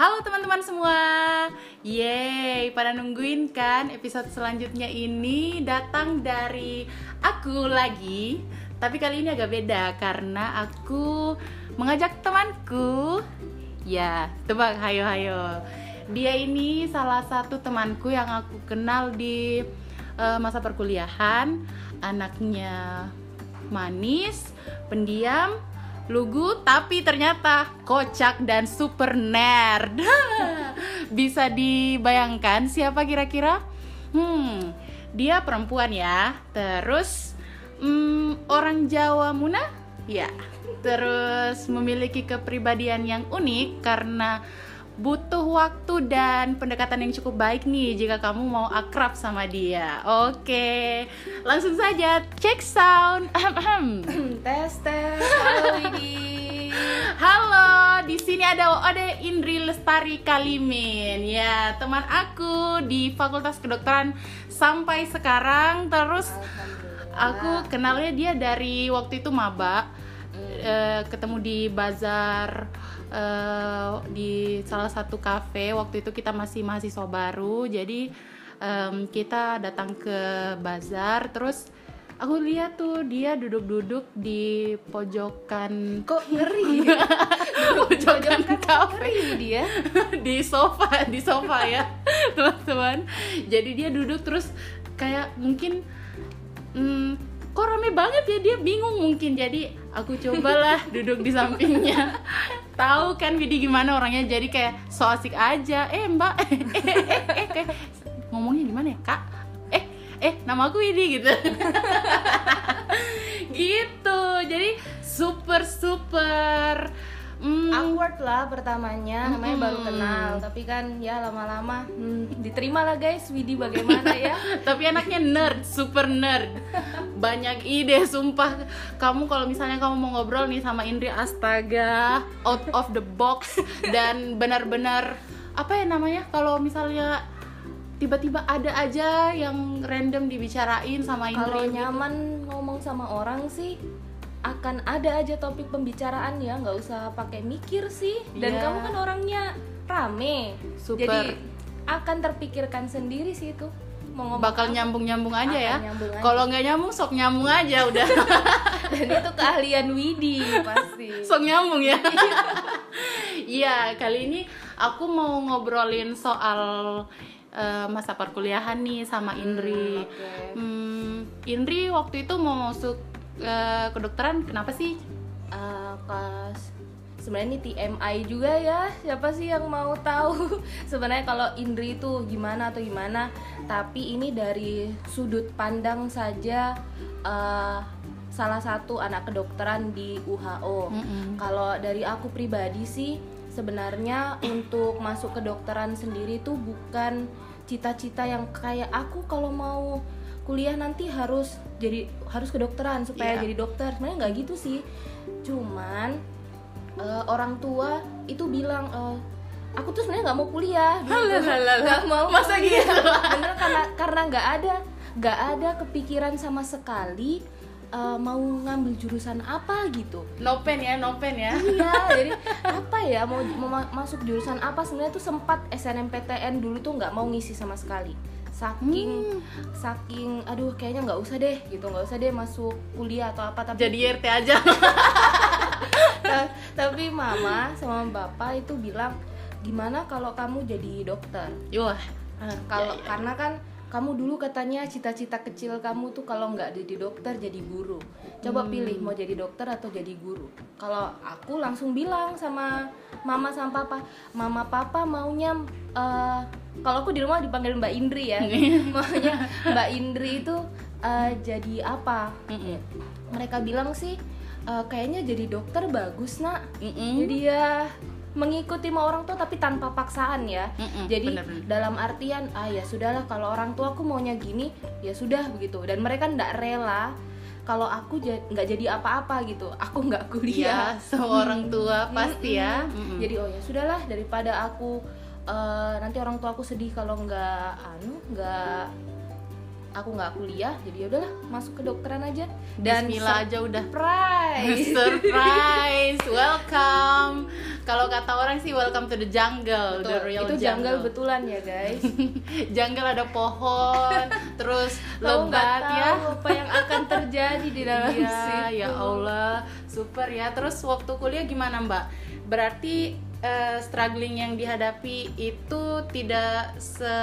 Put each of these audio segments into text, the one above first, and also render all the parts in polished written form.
Halo teman-teman semua. Yeay, pada nungguin kan episode selanjutnya ini datang dari aku lagi. Tapi kali ini agak beda karena aku mengajak temanku. Ya, tebak, hayo. Dia ini salah satu temanku yang aku kenal di masa perkuliahan. Anaknya manis, pendiam, lugu, tapi ternyata kocak dan super nerd. Bisa dibayangkan siapa kira-kira? Dia perempuan ya. Terus orang Jawa Muna? Ya. Terus memiliki kepribadian yang unik karena butuh waktu dan pendekatan yang cukup baik nih jika kamu mau akrab sama dia. Oke, langsung saja cek sound. Tes. Halo Widi. Halo, di sini ada Indri Lestari Kalimin. Ya, teman aku di Fakultas Kedokteran sampai sekarang. Terus aku kenalnya dia dari waktu itu maba. Ketemu di bazar di salah satu kafe. Waktu itu kita masih mahasiswa baru, jadi kita datang ke bazar. Terus aku lihat tuh dia duduk-duduk di pojokan. Kok ngeri? Pojokan kafe dia di sofa ya teman-teman. Jadi dia duduk terus kayak mungkin kok rame banget ya, dia bingung mungkin. Jadi aku cobalah duduk di sampingnya. Tahu kan Widi gimana orangnya, jadi kayak so asik aja. Mbak, ngomongnya gimana ya kak? Nama aku Widi gitu. Gitu, jadi super awkward lah pertamanya, namanya baru kenal. Tapi kan ya lama-lama diterima lah guys, Widi bagaimana ya. Tapi anaknya nerd, super nerd. Banyak ide, sumpah. Kamu kalau misalnya kamu mau ngobrol nih sama Indri, astaga, out of the box. Dan benar-benar, apa ya namanya, kalau misalnya tiba-tiba ada aja yang random dibicarain sama Indri. Kalau nyaman ngomong sama orang sih akan ada aja topik pembicaraan ya, nggak usah pakai mikir sih. Dan kamu kan orangnya rame, super. Jadi akan terpikirkan sendiri sih itu mau ngomong bakal apa. nyambung aja ya. Kalau nggak nyambung, sok nyambung aja udah. Dan itu keahlian Widi pasti. Sok nyambung ya. Iya, kali ini aku mau ngobrolin soal masa perkuliahan nih sama Indri. Indri waktu itu mau masuk kedokteran, kenapa sih? Sebenarnya ini TMI juga ya, siapa sih yang mau tahu sebenarnya kalau Indri itu gimana atau gimana. Tapi ini dari sudut pandang saja salah satu anak kedokteran di UHO. Kalau dari aku pribadi sih, sebenarnya untuk masuk kedokteran sendiri tuh bukan cita-cita yang kayak aku kalau mau kuliah nanti harus kedokteran supaya jadi dokter. Sebenarnya nggak gitu sih. Cuman orang tua itu bilang aku tuh sebenarnya nggak mau kuliah gitu. Nggak mau. Masa gitu? Bener, karena nggak ada kepikiran sama sekali mau ngambil jurusan apa gitu. Nopen ya. Iya, jadi apa ya, mau masuk jurusan apa. Sebenarnya tuh sempat SNMPTN dulu tuh nggak mau ngisi sama sekali. Saking aduh kayaknya nggak usah deh masuk kuliah atau apa. Tapi jadi RT aja. tapi mama sama bapak itu bilang, gimana kalau kamu jadi dokter? Karena kan kamu dulu katanya cita-cita kecil kamu tuh kalau nggak jadi dokter jadi guru. Coba pilih mau jadi dokter atau jadi guru. Kalau aku langsung bilang sama mama sama papa, mama papa maunya kalau aku di rumah dipanggil Mbak Indri ya. Maunya Mbak Indri itu jadi apa? Mereka bilang sih kayaknya jadi dokter bagus nak. Jadi ya mengikuti mau orang tua tapi tanpa paksaan ya. Jadi bener. Dalam artian ya sudahlah, kalau orang tua aku maunya gini ya sudah begitu. Dan mereka nggak rela kalau aku nggak jadi apa-apa gitu, aku nggak kuliah. Semua orang tua pasti ya. Jadi ya sudahlah, daripada aku nanti orang tua aku sedih kalau aku nggak kuliah, jadi ya udahlah masuk kedokteran aja. Dan Bismillah aja udah surprise. Welcome. Kalau kata orang sih welcome to the jungle. Betul, the real itu jungle betulan ya guys. Jungle ada pohon, terus lebat ya. Apa yang akan terjadi di dalam situ. Ya Allah, super ya. Terus waktu kuliah gimana Mbak? Berarti struggling yang dihadapi itu tidak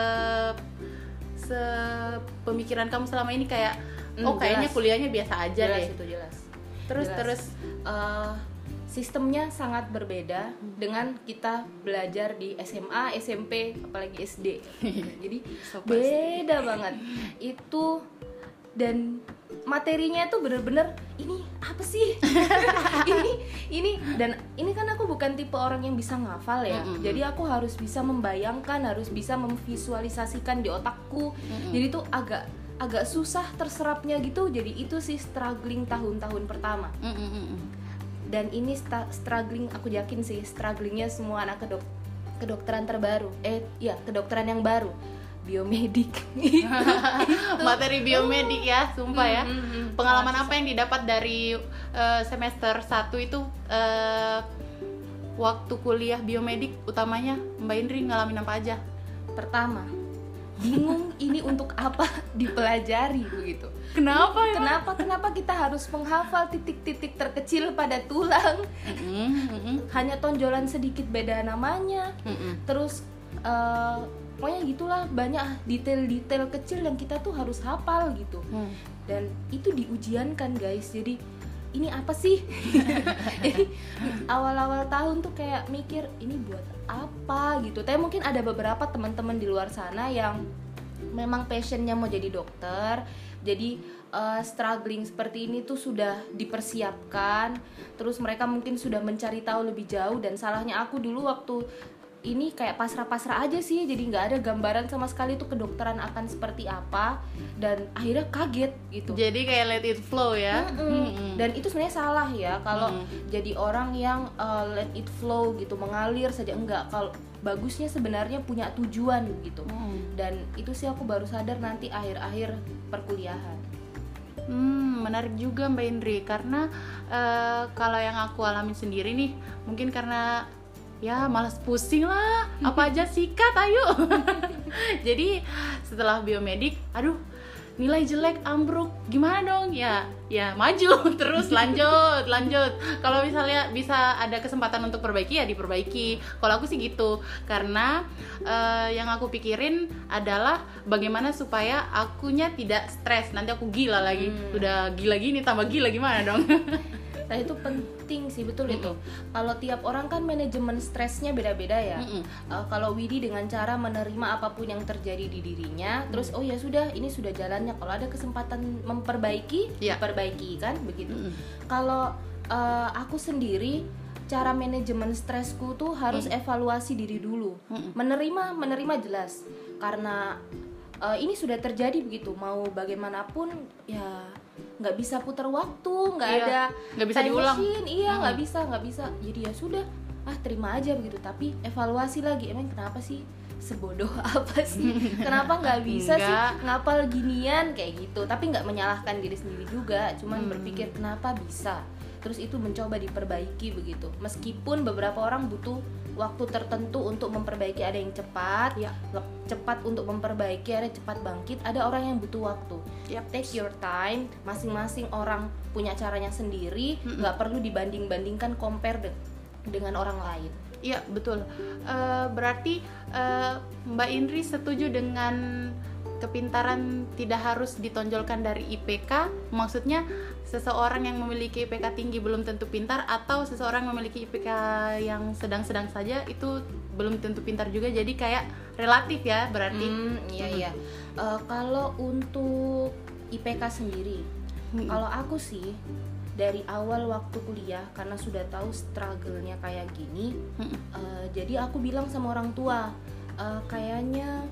pemikiran kamu selama ini kayak kayaknya kuliahnya biasa aja jelas, deh. Itu jelas. Terus sistemnya sangat berbeda dengan kita belajar di SMA, SMP, apalagi SD. Jadi beda banget itu, dan materinya tuh bener-bener ini apa sih? ini dan ini kan aku bukan tipe orang yang bisa ngafal ya. Jadi aku harus bisa membayangkan, harus bisa memvisualisasikan di otakku. Jadi tuh agak susah terserapnya gitu. Jadi itu sih struggling tahun-tahun pertama. Dan ini struggling, aku yakin sih strugglingnya semua anak kedokteran terbaru. Kedokteran yang baru, biomedik. Materi biomedik ya, sumpah ya. Pengalaman apa yang didapat dari semester 1 itu waktu kuliah biomedik, utamanya Mbak Indri ngalamin apa aja? Pertama, bingung ini untuk apa dipelajari begitu. Kenapa ya? Kenapa kita harus menghafal titik-titik terkecil pada tulang? Hanya tonjolan sedikit beda namanya. Terus pokoknya gitulah, banyak detail-detail kecil yang kita tuh harus hafal gitu. Dan itu diujiankan guys. Jadi ini apa sih? Jadi awal-awal tahun tuh kayak mikir ini buat apa gitu. Tapi mungkin ada beberapa teman-teman di luar sana yang memang passionnya mau jadi dokter. Jadi struggling seperti ini tuh sudah dipersiapkan. Terus mereka mungkin sudah mencari tahu lebih jauh. Dan salahnya aku dulu waktu ini kayak pasrah-pasrah aja sih, jadi nggak ada gambaran sama sekali tuh kedokteran akan seperti apa, dan akhirnya kaget gitu. Jadi kayak let it flow ya. Dan itu sebenarnya salah ya kalau jadi orang yang let it flow gitu, mengalir saja. Enggak, kalau bagusnya sebenarnya punya tujuan gitu. Dan itu sih aku baru sadar nanti akhir-akhir perkuliahan. Menarik juga Mbak Indri, karena kalau yang aku alami sendiri nih, mungkin karena ya malas pusing lah, apa aja sikat ayo. Jadi setelah biomedik, aduh nilai jelek, ambruk, gimana dong? Ya maju terus lanjut. Kalau misalnya bisa ada kesempatan untuk perbaiki ya diperbaiki. Kalau aku sih gitu, karena yang aku pikirin adalah bagaimana supaya akunya tidak stres. Nanti aku gila lagi, udah gila gini tambah gila, gimana dong? Nah itu penting sih, betul itu. Kalau tiap orang kan manajemen stresnya beda-beda ya. Kalau Widi dengan cara menerima apapun yang terjadi di dirinya, terus oh ya sudah, ini sudah jalannya. Kalau ada kesempatan memperbaiki, diperbaiki kan begitu. Kalau aku sendiri, cara manajemen stresku tuh harus evaluasi diri dulu. Menerima jelas, karena ini sudah terjadi begitu. Mau bagaimanapun ya nggak bisa putar waktu, nggak bisa diulang. Nggak bisa. Jadi ya sudah, terima aja begitu. Tapi evaluasi lagi, emang kenapa sih, sebodoh apa sih, kenapa nggak bisa sih ngapal ginian kayak gitu. Tapi nggak menyalahkan diri sendiri juga, cuman berpikir kenapa bisa. Terus itu mencoba diperbaiki begitu. Meskipun beberapa orang butuh waktu tertentu untuk memperbaiki, ada yang cepat, cepat untuk memperbaiki, ada cepat bangkit, ada orang yang butuh waktu. Take your time, masing-masing orang punya caranya sendiri, nggak perlu dibanding-bandingkan, compare dengan orang lain. Iya betul. Berarti Mbak Indri setuju dengan kepintaran tidak harus ditonjolkan dari IPK, maksudnya seseorang yang memiliki IPK tinggi belum tentu pintar, atau seseorang memiliki IPK yang sedang-sedang saja itu belum tentu pintar juga, jadi kayak relatif ya berarti. Iya. Kalau untuk IPK sendiri, kalau aku sih dari awal waktu kuliah, karena sudah tahu struggle-nya kayak gini, jadi aku bilang sama orang tua, kayaknya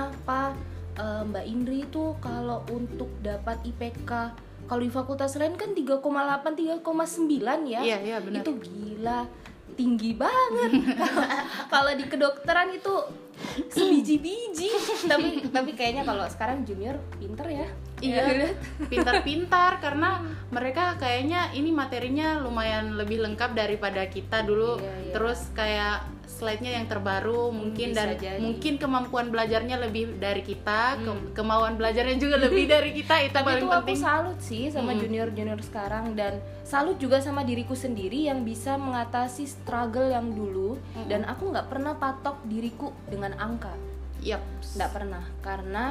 Mbak Indri itu kalau untuk dapat IPK, kalau di fakultas lain kan 3,8, 3,9 ya. Iya benar. Itu gila, tinggi banget. Kalau di kedokteran itu sebiji-biji. Tapi kayaknya kalau sekarang junior pinter ya. Iya, pintar-pintar karena mereka kayaknya ini materinya lumayan lebih lengkap daripada kita dulu. Terus kayak slide-nya yang terbaru mungkin dan jadi. Mungkin kemampuan belajarnya lebih dari kita, kemauan belajarnya juga lebih dari kita. Itu tapi paling itu penting. Aku salut sih sama junior-junior sekarang, dan salut juga sama diriku sendiri yang bisa mengatasi struggle yang dulu. Dan aku nggak pernah patok diriku dengan angka. Nggak pernah, karena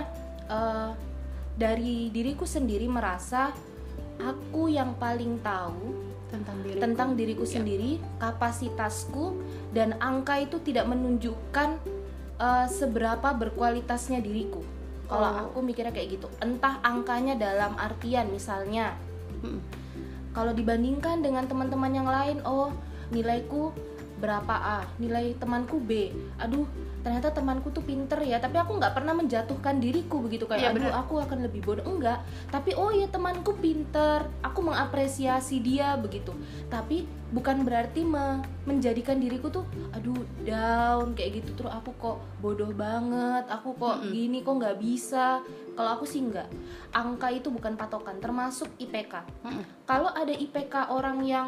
dari diriku sendiri merasa aku yang paling tahu tentang diriku sendiri, kapasitasku, dan angka itu tidak menunjukkan seberapa berkualitasnya diriku. Kalau aku mikirnya kayak gitu, entah angkanya dalam artian misalnya kalau dibandingkan dengan teman-teman yang lain, nilaiku berapa A, nilai temanku B, aduh ternyata temanku tuh pinter ya, tapi aku nggak pernah menjatuhkan diriku begitu kayak aku akan lebih bodoh, enggak, tapi ya temanku pinter, aku mengapresiasi dia begitu, tapi bukan berarti menjadikan diriku tuh down kayak gitu, terus aku kok bodoh banget, aku kok gini, kok nggak bisa. Kalau aku sih enggak, angka itu bukan patokan, termasuk IPK. Kalau ada IPK orang yang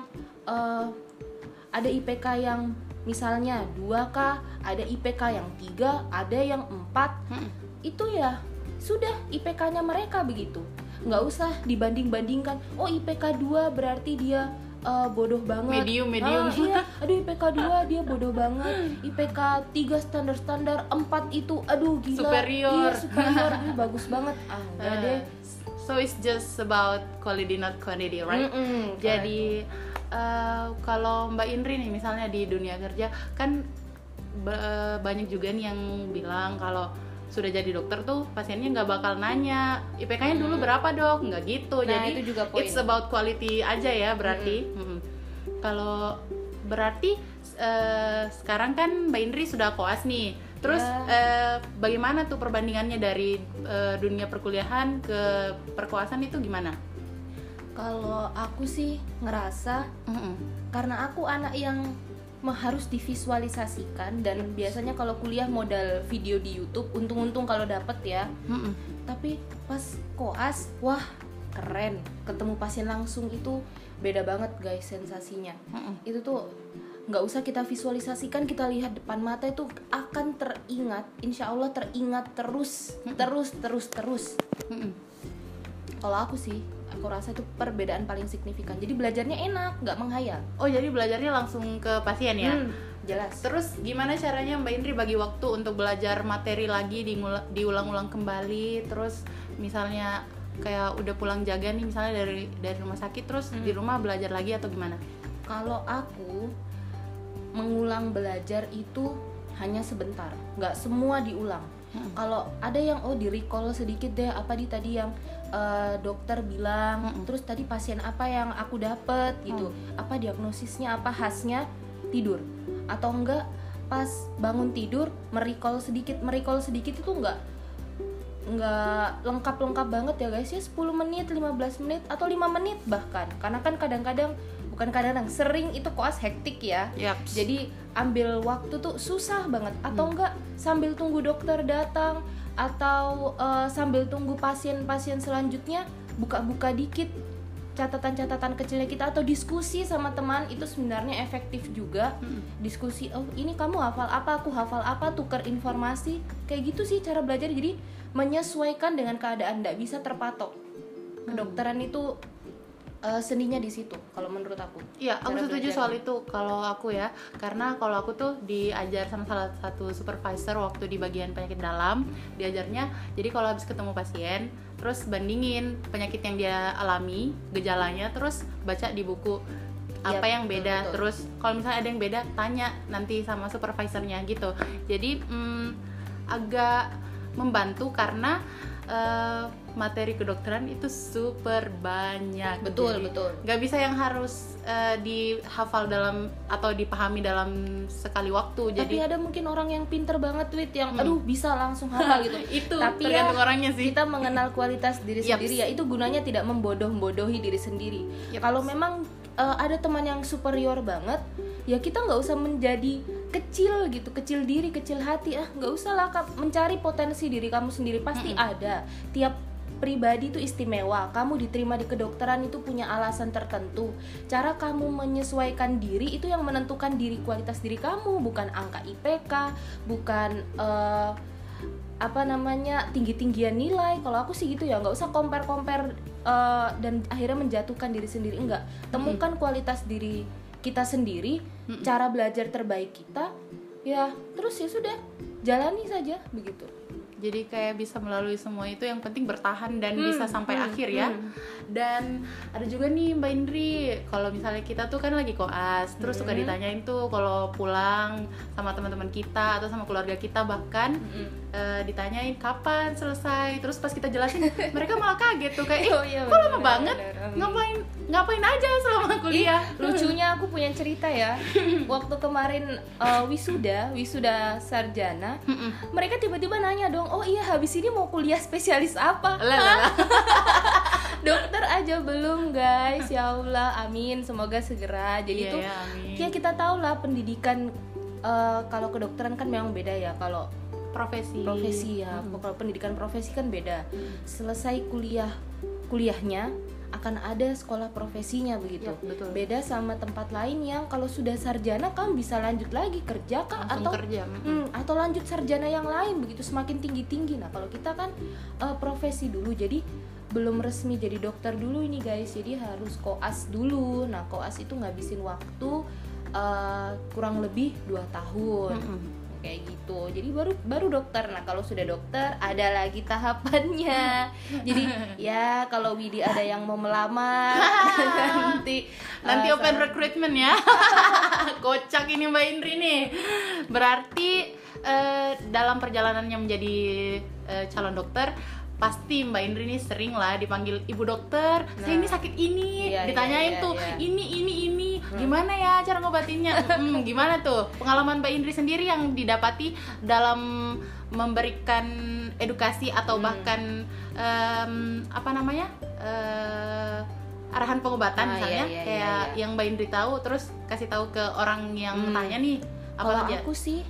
ada IPK yang misalnya 2K, ada IPK yang 3, ada yang 4, itu ya sudah IPK-nya mereka begitu. Nggak usah dibanding-bandingkan, IPK 2 berarti dia bodoh banget. Medium. Iya, IPK 2 dia bodoh banget. IPK 3 standar, 4 itu gila. Superior. Iya, superior, bagus banget. Enggak deh. So it's just about quality not quantity, right? Jadi kalau Mbak Indri nih misalnya di dunia kerja kan banyak juga nih yang bilang kalau sudah jadi dokter tuh pasiennya nggak bakal nanya IPK-nya dulu berapa dok, nggak gitu. Jadi itu juga poin. It's about quality aja ya berarti. Kalau berarti sekarang kan Mbak Indri sudah koas nih. Terus bagaimana tuh perbandingannya dari dunia perkuliahan ke perkoasan itu gimana? Kalau aku sih ngerasa karena aku anak yang harus divisualisasikan, dan biasanya kalau kuliah modal video di YouTube, untung-untung kalau dapet ya. Tapi pas koas, wah keren, ketemu pasien langsung itu beda banget guys sensasinya. Itu tuh nggak usah kita visualisasikan, kita lihat depan mata itu akan teringat, insya Allah teringat terus. Kalau aku sih, aku rasa itu perbedaan paling signifikan. Jadi belajarnya enak, nggak menghayal. Jadi belajarnya langsung ke pasien ya? Jelas. Terus gimana caranya Mbak Indri bagi waktu untuk belajar materi lagi, diulang-ulang kembali? Terus misalnya kayak udah pulang jaga nih misalnya dari rumah sakit, terus di rumah belajar lagi atau gimana? Kalau aku mengulang belajar itu hanya sebentar, nggak semua diulang. Kalau ada yang di recall sedikit deh, apa tadi yang dokter bilang, terus tadi pasien apa yang aku dapet gitu, apa diagnosisnya, apa khasnya, tidur. Atau enggak pas bangun tidur merecall sedikit itu enggak lengkap banget ya guys ya, 10 menit, 15 menit atau 5 menit bahkan, karena kan kadang-kadang sering itu koas hektik ya. Jadi ambil waktu tuh susah banget. Atau enggak sambil tunggu dokter datang, atau sambil tunggu pasien selanjutnya, buka-buka dikit catatan-catatan kecilnya kita, atau diskusi sama teman, itu sebenarnya efektif juga. Diskusi, ini kamu hafal apa, aku hafal apa, tukar informasi, kayak gitu sih cara belajar. Jadi menyesuaikan dengan keadaan, nggak bisa terpatok. Kedokteran itu seninya di situ kalau menurut aku. Iya, aku setuju soal itu kalau aku ya, karena kalau aku tuh diajar sama salah satu supervisor waktu di bagian penyakit dalam, diajarnya jadi kalau habis ketemu pasien terus bandingin penyakit yang dia alami, gejalanya, terus baca di buku apa yang beda, betul. Terus kalau misalnya ada yang beda tanya nanti sama supervisornya gitu. Jadi agak membantu karena materi kedokteran itu super banyak. Betul. Gak bisa yang harus dihafal dalam atau dipahami dalam sekali waktu. Tapi ada mungkin orang yang pinter banget yang bisa langsung hafal gitu. Itu tapi tergantung orangnya sih. Kita mengenal kualitas diri sendiri ya. Itu gunanya tidak membodoh-bodohi diri sendiri. Kalau memang ada teman yang superior banget, ya kita nggak usah menjadi kecil diri, kecil hati. Nggak usah lah mencari potensi diri kamu sendiri, pasti ada. Tiap pribadi itu istimewa. Kamu diterima di kedokteran itu punya alasan tertentu. Cara kamu menyesuaikan diri itu yang menentukan kualitas diri kamu, bukan angka IPK, bukan tinggi-tinggian nilai. Kalau aku sih gitu ya, nggak usah compare dan akhirnya menjatuhkan diri sendiri. Enggak, temukan kualitas diri kita sendiri, cara belajar terbaik kita, ya terus ya sudah, jalani saja begitu. Jadi kayak bisa melalui semua itu, yang penting bertahan dan bisa sampai akhir ya. Dan ada juga nih Mbak Indri, kalau misalnya kita tuh kan lagi koas, terus suka ditanyain tuh kalau pulang sama teman-teman kita atau sama keluarga kita, bahkan ditanyain kapan selesai. Terus pas kita jelasin mereka malah kaget tuh, kayak kok lama banget, ngapain aja selama kuliah. Lucunya aku punya cerita ya. Waktu kemarin wisuda sarjana, mereka tiba-tiba nanya dong, oh iya habis ini mau kuliah spesialis apa? Dokter aja belum guys, ya Allah, amin, semoga segera. Jadi ya kita tahu lah pendidikan kalau kedokteran kan memang beda ya, kalau profesi ya, kalau pendidikan profesi kan beda. Selesai kuliahnya akan ada sekolah profesinya begitu. Ya, betul. Beda sama tempat lain yang kalau sudah sarjana kamu bisa lanjut lagi kerja kah, atau lanjut sarjana yang lain begitu, semakin tinggi-tinggi. Nah, kalau kita kan profesi dulu, jadi belum resmi jadi dokter dulu ini guys, jadi harus koas dulu. Nah, koas itu ngabisin waktu kurang lebih 2 tahun. Kayak gitu. Jadi baru dokter. Nah, kalau sudah dokter ada lagi tahapannya. Jadi ya kalau Widi ada yang mau melamar nanti open recruitment ya. Kocak ini Mbak Indri nih. Berarti dalam perjalanannya menjadi calon dokter, pasti Mbak Indri ini sering lah dipanggil ibu dokter. Saya ini sakit ini, ditanyain ini, gimana ya cara ngobatinnya? Gimana tuh pengalaman Mbak Indri sendiri yang didapati dalam memberikan edukasi atau bahkan arahan pengobatan misalnya, yang Mbak Indri tahu terus kasih tahu ke orang yang tanya nih apa aja? Aku sih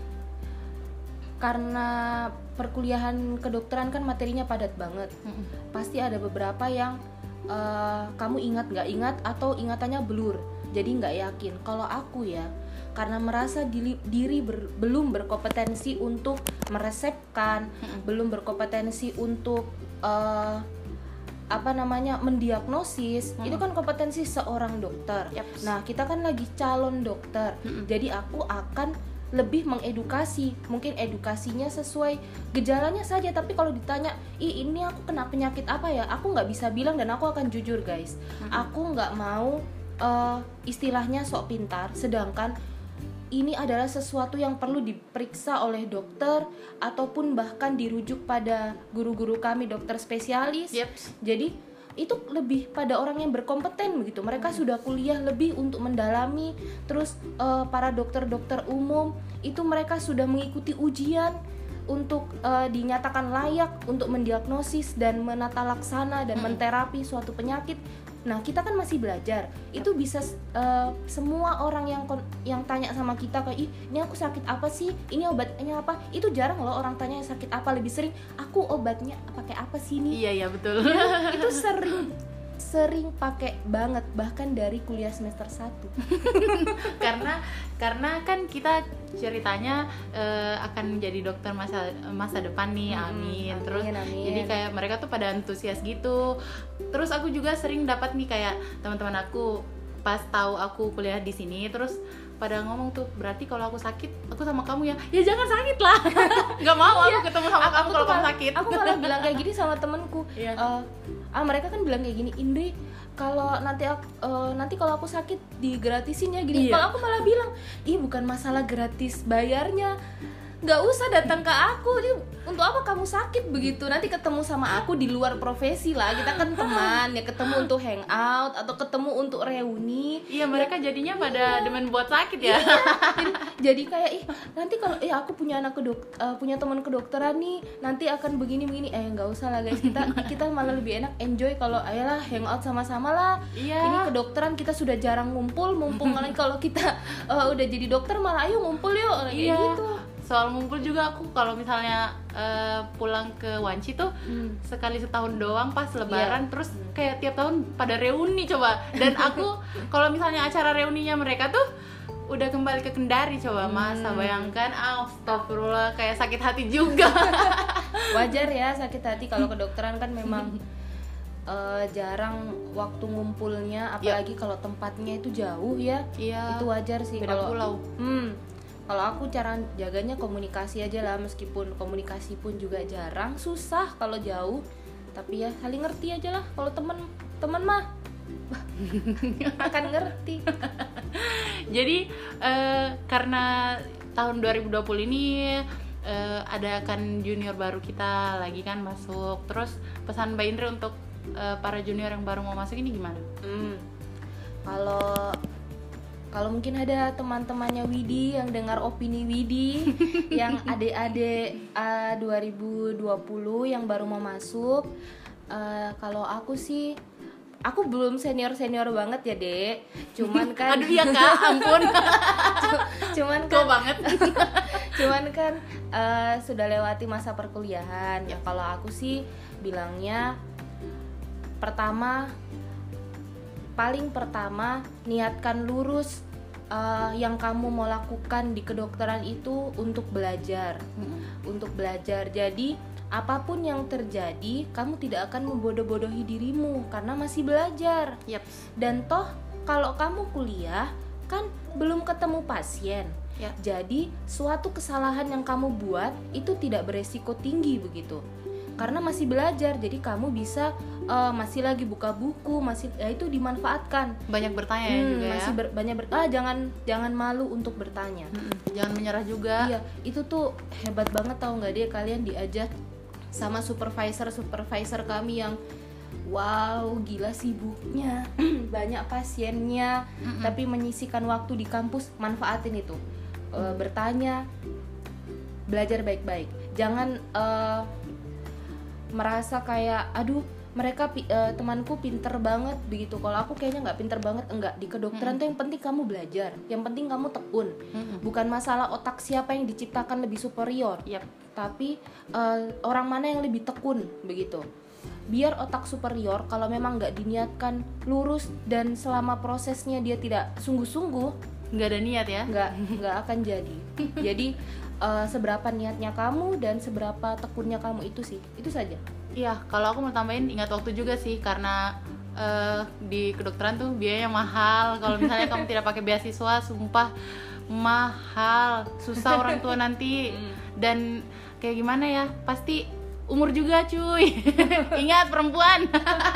karena perkuliahan kedokteran kan materinya padat banget, pasti ada beberapa yang kamu nggak ingat atau ingatannya blur, jadi nggak yakin. Kalau aku ya, karena merasa diri belum berkompetensi untuk meresepkan, belum berkompetensi untuk mendiagnosis. Itu kan kompetensi seorang dokter. Nah, kita kan lagi calon dokter, jadi aku akan lebih mengedukasi, mungkin edukasinya sesuai gejalanya saja. Tapi kalau ditanya, ini aku kena penyakit apa ya, aku nggak bisa bilang, dan aku akan jujur guys, aku nggak mau istilahnya sok pintar, sedangkan ini adalah sesuatu yang perlu diperiksa oleh dokter ataupun bahkan dirujuk pada guru-guru kami dokter spesialis. Jadi itu lebih pada orang yang berkompeten begitu. Mereka sudah kuliah lebih untuk mendalami. Terus para dokter-dokter umum itu mereka sudah mengikuti ujian untuk dinyatakan layak untuk mendiagnosis dan menata laksana dan menterapi suatu penyakit. Nah, kita kan masih belajar. Itu bisa semua orang yang tanya sama kita kayak, ini aku sakit apa sih? Ini obatnya apa? Itu jarang loh orang tanya sakit apa, lebih sering aku obatnya pakai apa sih ini? Iya betul. Ya, itu sering pakai banget, bahkan dari kuliah semester 1. karena kan kita ceritanya akan jadi dokter masa depan nih, amin. Terus amin. Jadi kayak mereka tuh pada antusias gitu. Terus aku juga sering dapat nih kayak teman-teman aku pas tahu aku kuliah di sini, terus pada ngomong tuh, berarti kalau aku sakit aku sama kamu ya jangan sakit lah. Nggak mau aku ketemu sama kamu kalau kamu sakit. Aku malah bilang kayak gini sama temenku. Mereka kan bilang kayak gini, Indri, kalau nanti kalau aku sakit digratisin ya gini. Kalau aku malah bilang, bukan masalah gratis bayarnya, nggak usah datang ke aku. Jadi untuk apa kamu sakit begitu? Nanti ketemu sama aku di luar profesi lah. Kita kan teman ya, ketemu untuk hangout atau ketemu untuk reuni. Iya, mereka jadinya pada demen buat sakit ya. Jadi kayak nanti kalau aku punya punya teman kedokteran nih, nanti akan begini. Nggak usah lah guys. Kita malah lebih enak enjoy kalau ayolah hangout sama-sama lah. Ini kedokteran kita sudah jarang ngumpul, mumpung lagi kalau kita udah jadi dokter malah ayo ngumpul yuk kayak gitu. soal ngumpul juga aku kalau misalnya pulang ke Wanci tuh sekali setahun doang pas lebaran, terus kayak tiap tahun pada reuni coba. Dan aku kalau misalnya acara reuninya mereka tuh udah kembali ke Kendari coba, masa bayangkan, astagfirullah, kayak sakit hati juga. Wajar ya sakit hati, kalau kedokteran kan memang jarang waktu ngumpulnya, apalagi kalau tempatnya itu jauh ya. Itu wajar sih. Beda pulau. Kalau aku cara jaganya komunikasi aja lah, meskipun komunikasi pun juga jarang, susah kalau jauh, tapi ya saling ngerti aja lah. Kalau teman mah akan ngerti. Jadi karena tahun 2020 ini ada kan junior baru kita lagi kan masuk, terus pesan Mbak Indri untuk para junior yang baru mau masuk ini gimana? Kalau mungkin ada teman-temannya Widi yang dengar opini Widi yang adik-adik 2020 yang baru mau masuk, kalau aku sih, aku belum senior banget ya Dek, cuman kan aduh ya Kak, ampun. cuman kan sudah lewati masa perkuliahan. Ya kalau aku sih bilangnya paling pertama niatkan lurus yang kamu mau lakukan di kedokteran itu untuk belajar. Jadi apapun yang terjadi, kamu tidak akan membodoh-bodohi dirimu karena masih belajar. Dan toh kalau kamu kuliah kan belum ketemu pasien. Jadi suatu kesalahan yang kamu buat itu tidak beresiko tinggi begitu. Karena masih belajar, jadi kamu bisa masih lagi buka buku, masih itu dimanfaatkan. Banyak bertanya juga masih jangan malu untuk bertanya. Jangan menyerah juga. Iya, itu tuh hebat banget, tahu nggak dia, kalian diajar sama supervisor kami yang wow, gila sibuknya, banyak pasiennya, tapi menyisihkan waktu di kampus. Manfaatin itu, bertanya, belajar baik-baik. Jangan merasa kayak aduh mereka temanku pinter banget begitu, kalau aku kayaknya nggak pinter banget. Enggak, di kedokteran tuh yang penting kamu belajar, yang penting kamu tekun. Bukan masalah otak siapa yang diciptakan lebih superior, tapi orang mana yang lebih tekun begitu. Biar otak superior kalau memang nggak diniatkan lurus dan selama prosesnya dia tidak sungguh-sungguh, nggak ada niat ya, nggak akan jadi. Jadi seberapa niatnya kamu dan seberapa tekunnya kamu, itu saja. Iya, kalau aku mau tambahin, ingat waktu juga sih, karena di kedokteran tuh biayanya mahal. Kalau misalnya kamu tidak pakai beasiswa, sumpah mahal, susah orang tua nanti. Dan kayak gimana ya, pasti umur juga cuy. Ingat, perempuan.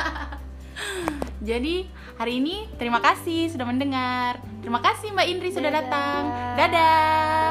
Jadi hari ini terima kasih sudah mendengar. Terima kasih Mbak Indri sudah datang. Dadah.